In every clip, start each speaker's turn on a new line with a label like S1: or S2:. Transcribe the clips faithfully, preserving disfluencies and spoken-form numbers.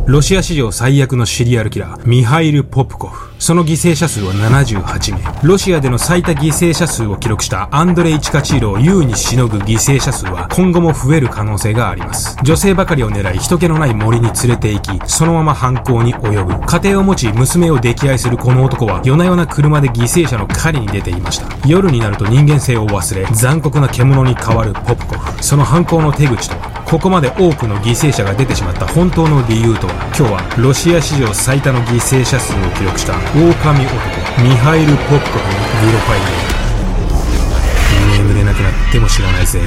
S1: ロシア史上最悪のシリアルキラー、ミハイル・ポプコフ。その犠牲者数はななじゅうはちめい。ロシアでの最多犠牲者数を記録したアンドレイ・チカチールを優にしのぐ犠牲者数は今後も増える可能性があります。女性ばかりを狙い人気のない森に連れて行き、そのまま犯行に及ぶ。家庭を持ち娘を溺愛するこの男は夜な夜な車で犠牲者の狩りに出ていました。夜になると人間性を忘れ残酷な獣に変わるポプコフ。その犯行の手口とは、ここまで多くの犠牲者が出てしまった本当の理由とは。今日はロシア史上最多の犠牲者数を記録した狼男ミハイル・ポプコフのグロファイル。眠れなくなっても知らないぜ。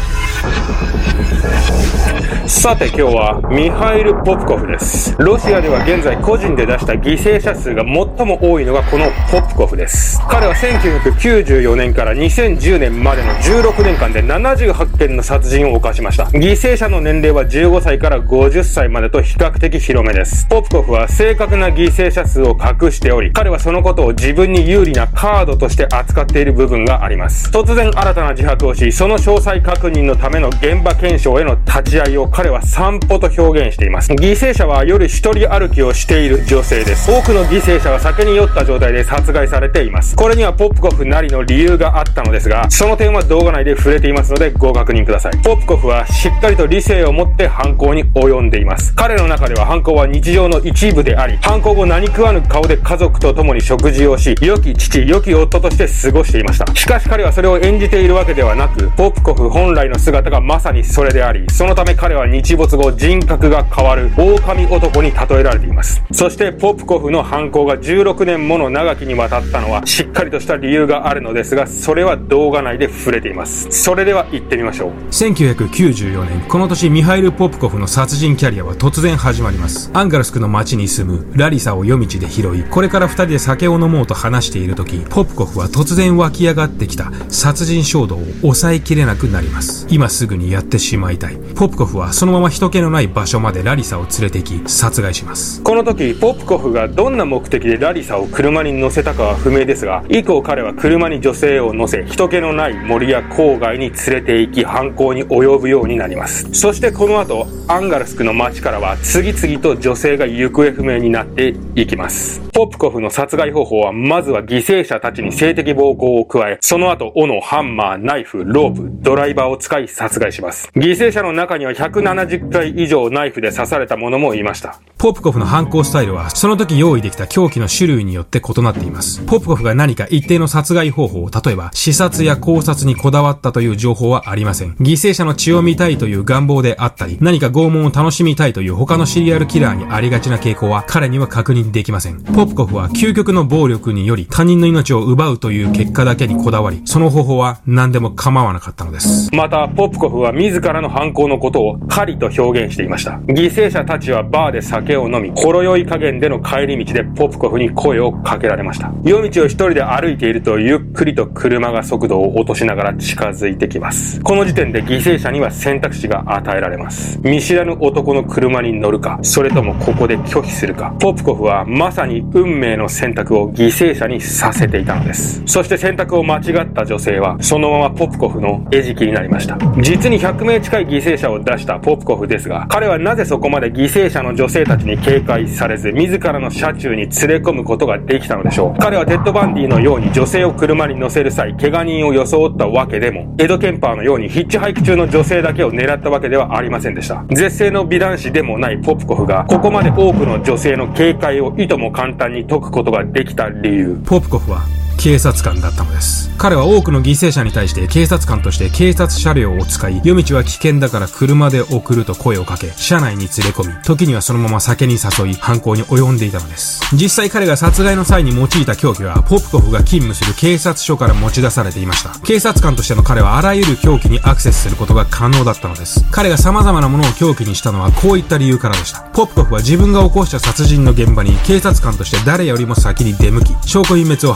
S2: さて今日はミハイル・ポプコフです。ロシアでは現在個人で出した犠牲者数が最も多いのがこのポプコフです。彼はせんきゅうひゃくきゅうじゅうよねんからにせんじゅうねんまでのじゅうろくねんかんでななじゅうはちけんの殺人を犯しました。犠牲者の年齢はじゅうごさいからごじゅっさいまでと比較的広めです。ポプコフは正確な犠牲者数を隠しており、彼はそのことを自分に有利なカードとして扱っている部分があります。突然新たな自白をし、その詳細確認のための現場検証への立ち会いを彼は散歩と表現しています。犠牲者は夜一人歩きをしている女性です。多くの犠牲者は酒に酔った状態で殺害されています。これにはポプコフなりの理由があったのですが、その点は動画内で触れていますのでご確認ください。ポプコフはしっかりと理性を持って犯行に及んでいます。彼の中では犯行は日常の一部であり、犯行後何食わぬ顔で家族と共に食事をし、良き父良き夫として過ごしていました。しかし彼はそれを演じているわけではなく、ポプコフ本来の姿がまさにそれであり、そのため彼は日没後人格が変わる狼男に例えられています。そしてポプコフの犯行がじゅうろくねんもの長きにわたったのはしっかりとした理由があるのですが、それは動画内で触れています。それでは行ってみましょう。
S1: せんきゅうひゃくきゅうじゅうよねん、この年ミハイル・ポプコフの殺人キャリアは突然始まります。アンガルスクの町に住むラリサを夜道で拾い、これから二人で酒を飲もうと話している時、ポプコフは突然湧き上がってきた殺人衝動を抑えきれなくなります。今すぐにやってしまいたい。ポプコフはそのまま人気のない場所までラリサを連れて行き殺害します。
S2: この時ポプコフがどんな目的でラリサを車に乗せたかは不明ですが、以降彼は車に女性を乗せ、人気のない森や郊外に連れて行き犯行に及ぶようになります。そしてこの後アンガルスクの町からは次々と女性が行方不明になっていきます。ポプコフの殺害方法はまずは犠牲者たちに性的暴行を加え、その後斧、ハンマー、ナイフ、ロープ、ドライバーを使い殺害します。犠牲者の中にはひゃくななじゅっかい以上ナイフで刺された者もいました。
S1: ポプコフの犯行スタイルはその時用意できた凶器の種類によって異なっています。ポプコフが何か一定の殺害方法、例えば刺殺や絞殺にこだわったという情報はありません。犠牲者の血を見たいという願望であったり、何か拷問を楽しみたいという他のシリアルキラーにありがちな傾向は彼には確認できません。ポプコフは究極の暴力により他人の命を奪うという結果だけにこだわり、その方法は何でも構わなかったのです。
S2: またポプコフは自らの犯行のことを狩りと表現していました。犠牲者たちはバーで酒を飲み、ほろ酔い加減での帰り道でポプコフに声をかけられました。夜道を一人で歩いているとゆっくりと車が速度を落としながら近づいてきます。この時点で犠牲者には選択肢が与えられます。見知らぬ男の車に乗るか、それともここで拒否するか。ポプコフはまさに運命の選択を犠牲者にさせていたのです。そして選択を間違った女性はそのままポプコフの餌食になりました。実にひゃくめい近い犠牲者を出したポプコフですが、彼はなぜそこまで犠牲者の女性たちに警戒されず自らの車中に連れ込むことができたのでしょう。彼はテッド・バンディのように女性を車に乗せる際怪我人を装ったわけでも、エド・ケンパーのようにヒッチハイク中の女性だけを狙ったわけではありませんでした。絶世の美男子でもないポプコフがここまで多くの女性の警戒をいとも簡単に解くことができた理由。
S1: ポプコフは警察官だったのです。彼は多くの犠牲者に対して警察官として警察車両を使い、夜道は危険だから車で送ると声をかけ、車内に連れ込み、時にはそのまま酒に誘い犯行に及んでいたのです。実際彼が殺害の際に用いた凶器はポプコフが勤務する警察署から持ち出されていました。警察官としての彼はあらゆる凶器にアクセスすることが可能だったのです。彼が様々なものを凶器にしたのはこういった理由からでした。ポプコフは自分が起こした殺人の現場に警察官として誰よりも先に出向き、証拠隠滅を図っていました。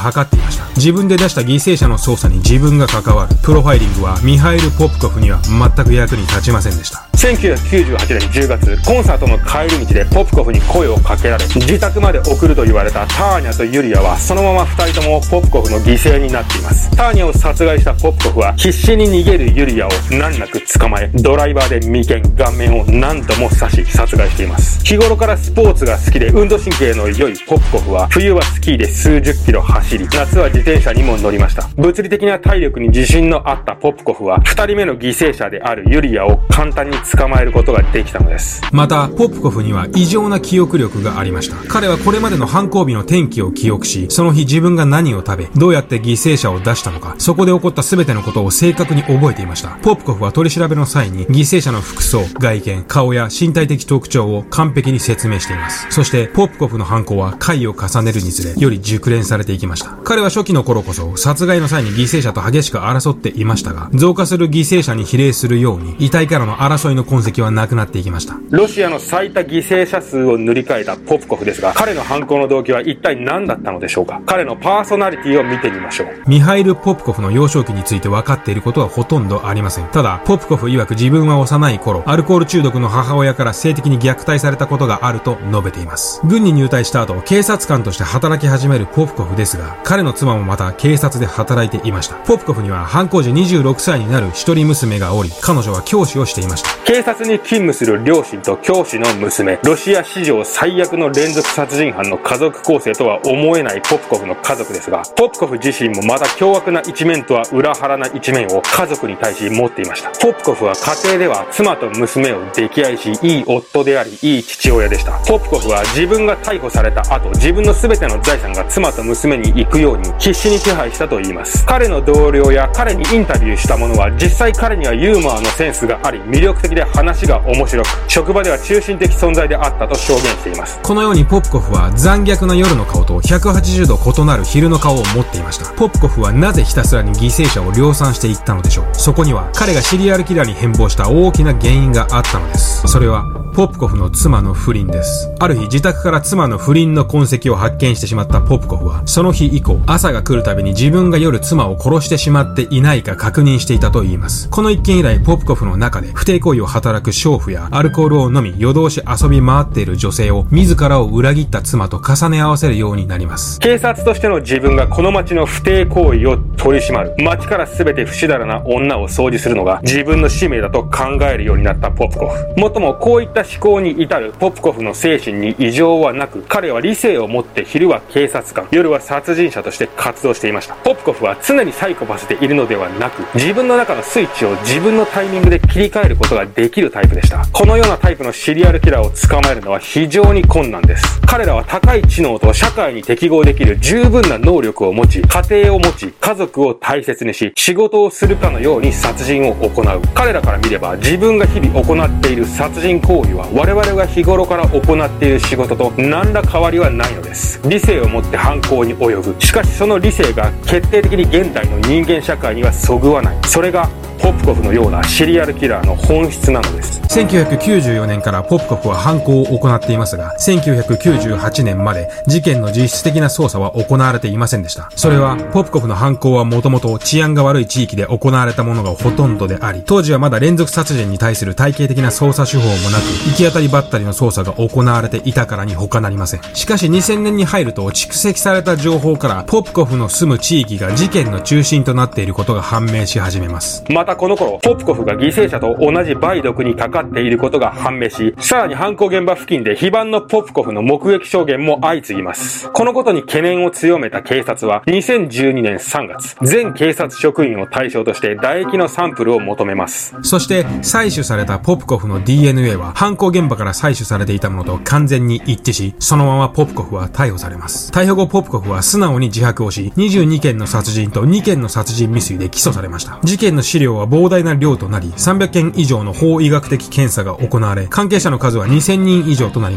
S1: ました。自分で出した犠牲者の捜査に自分が関わるプロファイリングはミハイル・ポプコフには全く役に立ちませんでした。
S2: せんきゅうひゃくきゅうじゅうはちねんじゅうがつ、コンサートの帰り道でポプコフに声をかけられ、自宅まで送ると言われたターニャとユリアはそのまま二人ともポプコフの犠牲になっています。ターニャを殺害したポプコフは必死に逃げるユリアを難なく捕まえ、ドライバーで眉間、顔面を何度も刺し殺害しています。日頃からスポーツが好きで運動神経の良いポプコフは冬はスキーで数十キロ走り、夏は自転車にも乗りました。物理的な体力に自信のあったポプコフは二人目の犠牲者であるユリアを簡単に捕まえることができたのです。
S1: またポプコフには異常な記憶力がありました。彼はこれまでの犯行日の天気を記憶し、その日自分が何を食べ、どうやって犠牲者を出したのか、そこで起こった全てのことを正確に覚えていました。ポプコフは取り調べの際に犠牲者の服装、外見、顔や身体的特徴を完璧に説明しています。そしてポプコフの犯行は回を重ねるにつれより熟練されていきました。彼は初期の頃こそ殺害の際に犠牲者と激しく争っていましたが、増加する犠牲者に比例するように遺体からの争いの痕跡はなくなっていきました。
S2: ロシアの最多犠牲者数を塗り替えたポプコフですが、彼の犯行の動機は一体何だったのでしょうか。彼のパーソナリティを見てみましょう。
S1: ミハイル・ポプコフの幼少期について分かっていることはほとんどありません。ただポプコフ曰く自分は幼い頃アルコール中毒の母親から性的に虐待されたことがあると述べています。軍に入隊した後警察官として働き始めるポプコフですが、彼の妻もまた警察で働いていました。ポプコフには犯行時にじゅうろくさいになる一人娘がおり、彼女は教師をしていました。
S2: 警察に勤務する両親と教師の娘、ロシア史上最悪の連続殺人犯の家族構成とは思えないポプコフの家族ですが、ポプコフ自身もまた凶悪な一面とは裏腹な一面を家族に対し持っていました。ポプコフは家庭では妻と娘を溺愛し、いい夫でありいい父親でした。ポプコフは自分が逮捕された後、自分の全ての財産が妻と娘に行くように必死に支配したと言います。彼の同僚や彼にインタビューした者は、実際彼にはユーモアのセンスがあり魅力的で話が面白く、職場では中心的存在であったと証言しています。
S1: このようにポプコフは残虐な夜の顔とひゃくはちじゅうど異なる昼の顔を持っていました。ポプコフはなぜひたすらに犠牲者を量産していったのでしょう。そこには彼がシリアルキラーに変貌した大きな原因があったのです。それはポプコフの妻の不倫です。ある日自宅から妻の不倫の痕跡を発見してしまったポプコフは、その日以降朝が来るたびに自分が夜妻を殺してしまっていないか確認していたと言います。この一件以来ポプコフの中で不貞行為を働く娼婦やアルコールを飲み夜通し遊び回っている女性を自らを裏切った妻と重ね合わせるようになります。
S2: 警察としての自分がこの街の不貞行為を取り締まる、街から全て不死だらな女を掃除するのが自分の使命だと考えるようになったポプコフ。もっともこういった思考に至るポプコフの精神に異常はなく、彼は理性を持って昼は警察官、夜は殺人者として活動していました。ポプコフは常にサイコパスでいるのではなく、自分の中のスイッチを自分のタイミングで切り替えることができるタイプでした。このようなタイプのシリアルキラーを捕まえるのは非常に困難です。彼らは高い知能と社会に適合できる十分な能力を持ち、家庭を持ち、家族を大切にし、仕事をするかのように殺人を行う。彼らから見れば自分が日々行っている殺人行為は我々が日頃から行っている仕事と何ら変わりはないのです。理性を持って犯行に及ぶ。しかしその理性が決定的に現代の人間社会にはそぐわない。それがポプコフのようなシリアルキラーの本質なのです。
S1: せんきゅうひゃくきゅうじゅうよねんからポプコフは犯行を行っていますが、せんきゅうひゃくきゅうじゅうはちねんまで事件の実質的な捜査は行われていませんでした。それはポプコフの犯行はもともと治安が悪い地域で行われたものがほとんどであり、当時はまだ連続殺人に対する体系的な捜査手法もなく、行き当たりばったりの捜査が行われていたからに他なりません。しかしにせんねんに入ると蓄積された情報からポプコフの住む地域が事件の中心となっていることが判明し始めます。
S2: またこの頃ポプコフが犠牲者と同じ梅毒にかかっていることが判明し、さらに犯行現場付近で非番のポプコフの目撃証言も相次ぎます。このことに懸念を強めた警察はにせんじゅうにねんさんがつ、全警察職員を対象として唾液のサンプルを求めます。
S1: そして採取されたポプコフの ディーエヌエー は犯行現場から採取されていたものと完全に一致し、そのままポプコフは逮捕されます。逮捕後ポプコフは素直に自白をし、にじゅうにけんの殺人とにけんの殺人未遂で起訴されました。事件の資料は膨大な量となり、さんびゃっけん以上の法医学的検査が行われ、関係者の数はにせんにん以上となりました。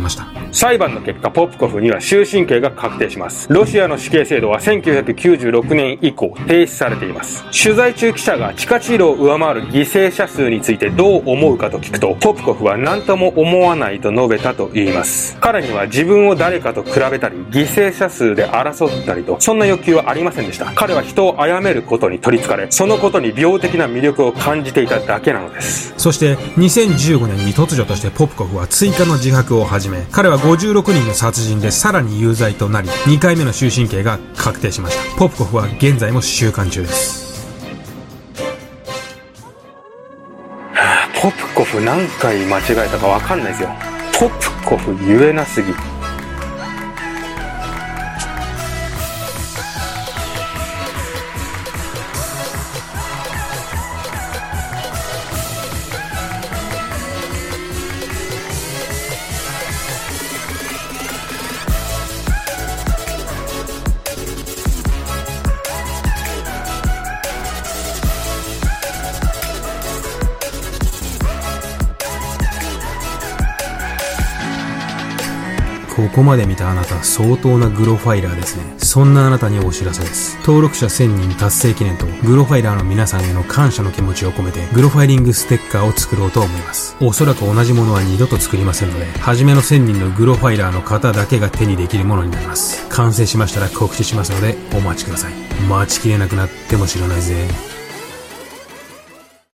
S2: 裁判の結果、ポプコフには終身刑が確定します。ロシアの死刑制度はせんきゅうひゃくきゅうじゅうろくねん以降停止されています。取材中記者がチカチーロを上回る犠牲者数についてどう思うかと聞くと、ポプコフは何とも思わないと述べたと言います。彼には自分を誰かと比べたり、犠牲者数で争ったりと、そんな欲求はありませんでした。彼は人を殺めることに取り憑かれ、そのことに病的な魅力を感じていただけなのです。
S1: そしてにせんじゅうごねんに突如としてポプコフは追加の自白を始め、彼はごじゅうろくにんの殺人でさらに有罪となり、にかいめの終身刑が確定しました。ポプコフは現在も収監中です。
S2: ポプコフ何回間違えたかわかんないですよ。ポプコフ言えなすぎ。
S1: ここまで見たあなた、相当なグロファイラーですね。そんなあなたにお知らせです。登録者せんにん達成記念とグロファイラーの皆さんへの感謝の気持ちを込めてグロファイリングステッカーを作ろうと思います。おそらく同じものは二度と作りませんので、初めのせんにんのグロファイラーの方だけが手にできるものになります。完成しましたら告知しますのでお待ちください。待ちきれなくなっても知らないぜ。